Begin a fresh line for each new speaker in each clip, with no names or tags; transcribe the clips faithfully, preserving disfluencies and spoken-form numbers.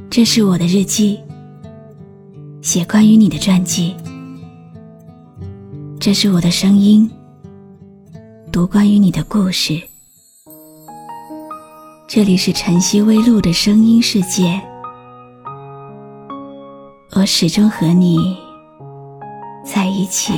这是我的日记，写关于你的传记。这是我的声音，读关于你的故事。这里是晨曦微露的声音世界，我始终和你在一起。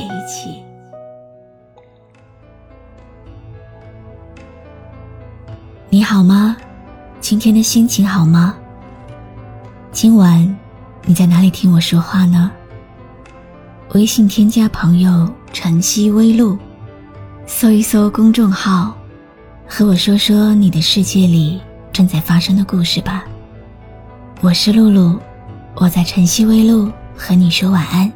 你好吗？今天的心情好吗？今晚你在哪里听我说话呢？微信添加朋友晨曦微露，搜一搜公众号，和我说说你的世界里正在发生的故事吧。我是露露，我在晨曦微露和你说晚安。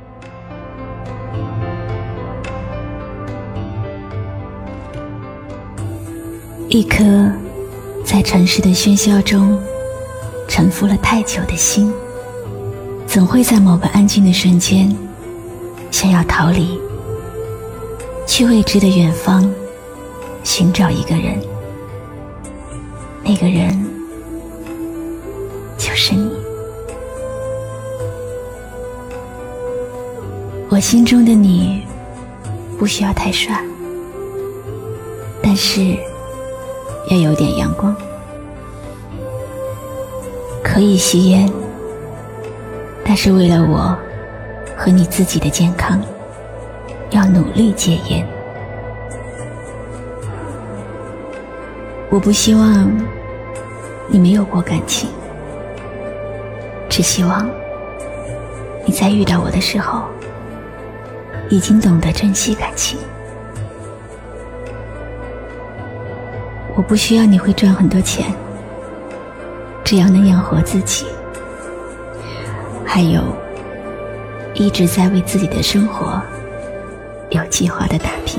一颗在城市的喧嚣中沉浮了太久的心，总会在某个安静的瞬间想要逃离，去未知的远方寻找一个人，那个人就是你。我心中的你不需要太帅，但是要有点阳光，可以吸烟，但是为了我和你自己的健康，要努力戒烟。我不希望你没有过感情，只希望你在遇到我的时候已经懂得珍惜感情。我不需要你会赚很多钱，只要能养活自己，还有一直在为自己的生活有计划的打拼。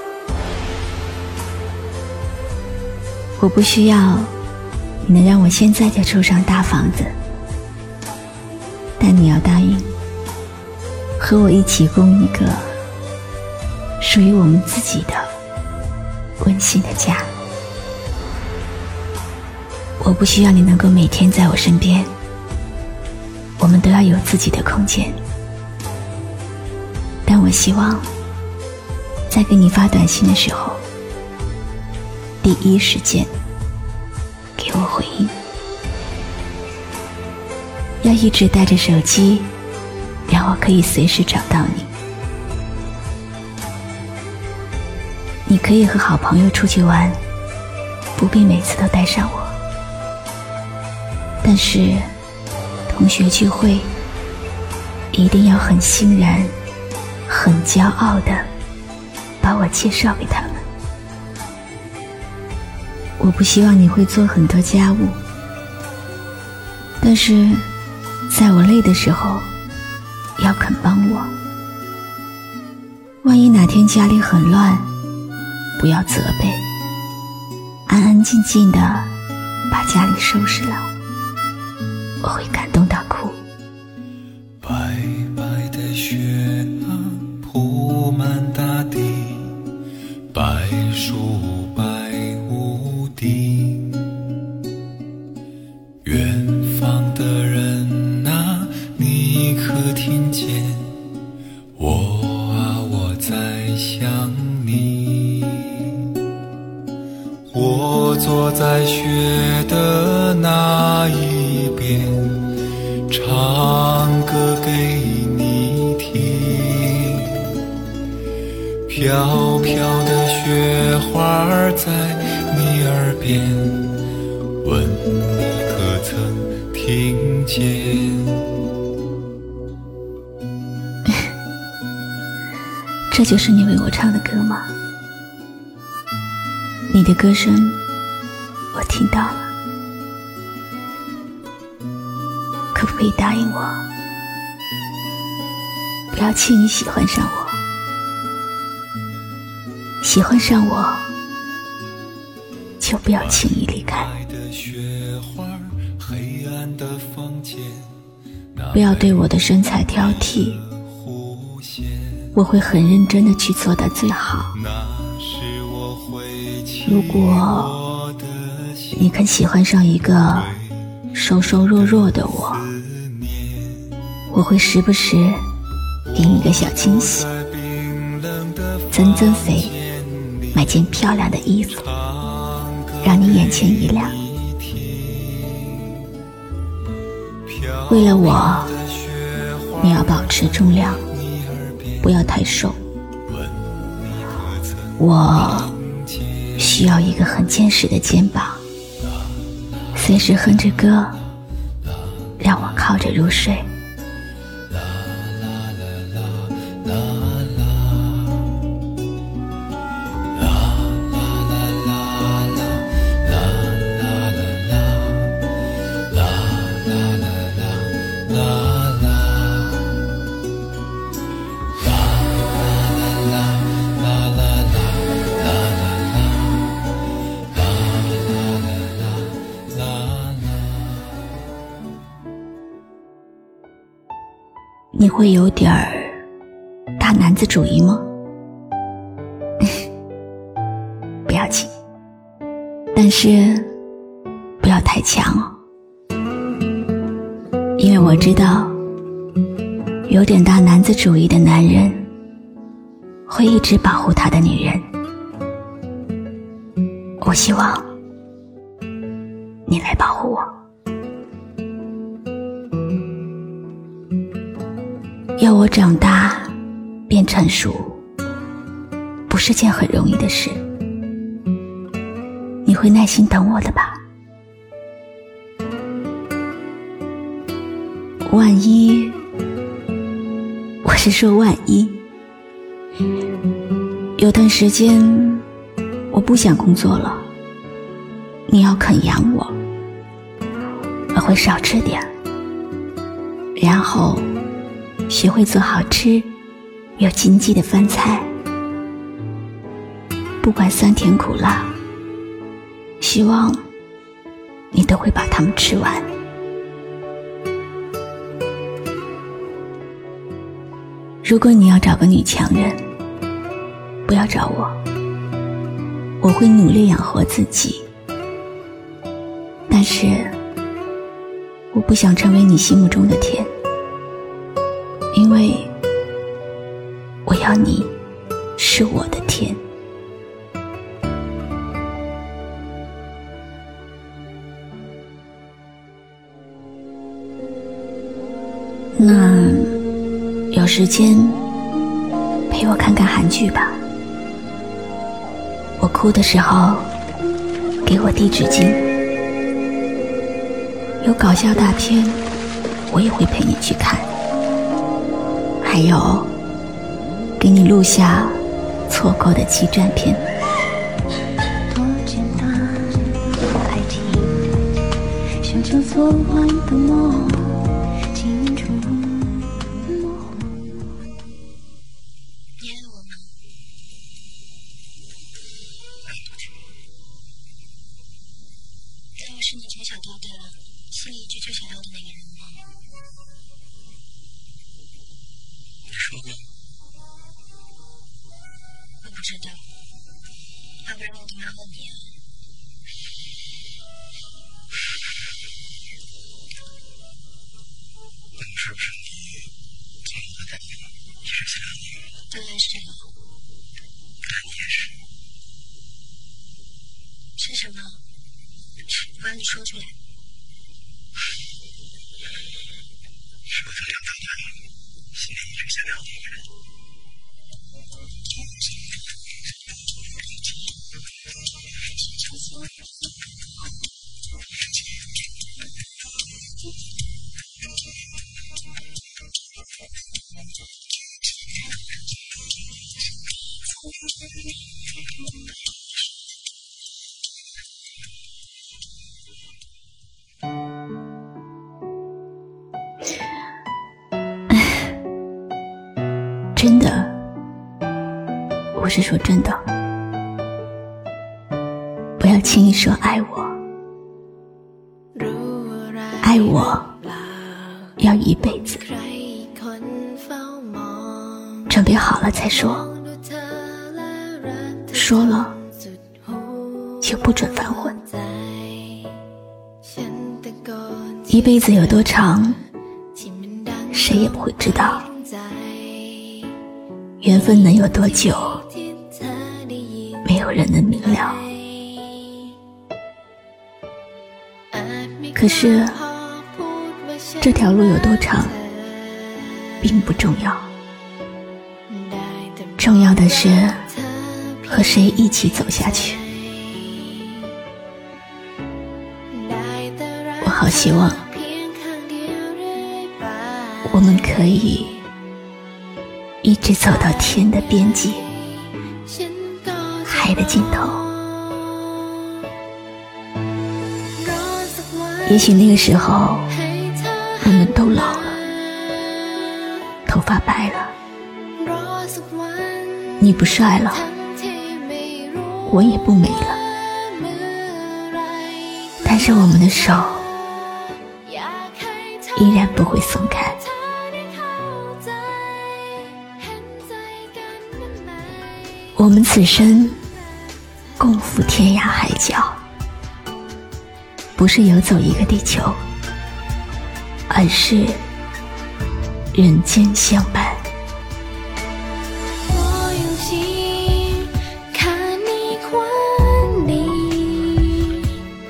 我不需要你能让我现在就住上大房子，但你要答应和我一起供一个属于我们自己的温馨的家。我不需要你能够每天在我身边，我们都要有自己的空间，但我希望在给你发短信的时候，第一时间给我回应。要一直带着手机，让我可以随时找到你。你可以和好朋友出去玩，不必每次都带上我，但是同学聚会一定要很欣然很骄傲地把我介绍给他们。我不希望你会做很多家务，但是在我累的时候要肯帮我。万一哪天家里很乱，不要责备，安安静静地把家里收拾了，我会感动到哭。
白白的雪啊，铺满大地，白树白屋顶，远方的人啊，你可听见我啊，我在想你。我坐在雪的那一边，唱歌给你听，飘飘的雪花在你耳边，问你可曾听见。
这就是你为我唱的歌吗？你的歌声我听到了，可不可以答应我，不要轻易喜欢上我？喜欢上我，就不要轻易离开。不要对我的身材挑剔，我会很认真地去做到最好。如果你肯喜欢上一个瘦瘦弱弱的我，我会时不时给你个小惊喜，增增肥，买件漂亮的衣服，让你眼前一亮。为了我，你要保持重量，不要太瘦。我需要一个很坚实的肩膀，随时哼着歌，让我靠着入睡。你会有点儿大男子主义吗？不要紧，但是不要太强哦，因为我知道有点大男子主义的男人会一直保护他的女人。我希望你来保护我。要我长大变成熟，不是件很容易的事。你会耐心等我的吧？万一，我是说万一，有段时间我不想工作了，你要肯养我，我会少吃点，然后学会做好吃有经济的饭菜，不管酸甜苦辣，希望你都会把它们吃完。如果你要找个女强人，不要找我，我会努力养活自己，但是我不想成为你心目中的天，因为我要你是我的天。那有时间陪我看看韩剧吧，我哭的时候给我递纸巾，有搞笑大片我也会陪你去看，还有给你录下错过的激战片。
多简单，爱情像这做完的梦，清楚模糊。你爱我吗？但我是你从小到大心里一直最想要的那个人吗？你说呢？我不知道，要不然我干嘛问你啊？那你是不是你从小到大一直想要那个人？当然是了。那你也是。是什么？我让你说出来。是我从小到大心里一直想要的一个人。
真的，我是说真的，不要轻易说爱我，爱我要一辈子，准备好了再说，说了就不准反悔。 一辈子有多长，谁也不会知道。缘分能有多久，没有人能明了。可是这条路有多长并不重要，重要的是和谁一起走下去。我好希望我们可以一直走到天的边际，海的尽头。也许那个时候我们都老了，头发白了，你不帅了，我也不美了，但是我们的手依然不会松开。我们此生共赴天涯海角，不是游走一个地球，而是人间相伴。
我用心看你婚礼，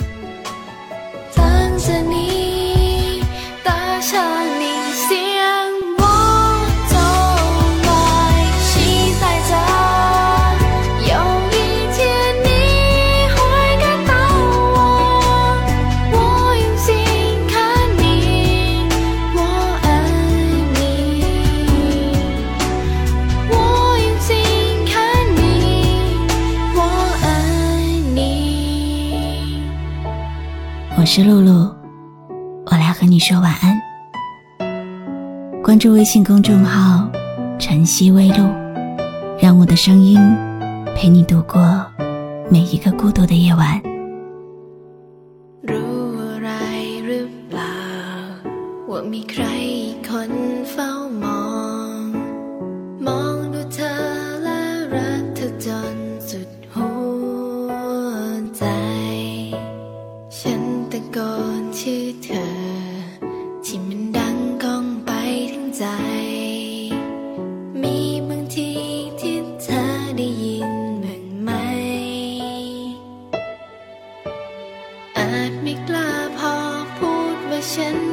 等着你搭上你向我走来，期待着有一天你会看到我。我用心看你，我爱你。我用心看你，我爱你。
我是露露，我来和你说晚安。关注微信公众号晨曦微露，让我的声音陪你度过每一个孤独的夜晚。
รู้อะไรหรือเปล่าว่ามีใครอีกคนเฝ้ามองมองดูเธอและรักเธอจนสุดหัวใจฉันตะโกนชื่อเธอที่มันดังก้องไปทั้งใจมีบางทีที่เธอได้ยินบ้างไหมอาจไม่กล้าพอพูดว่าฉัน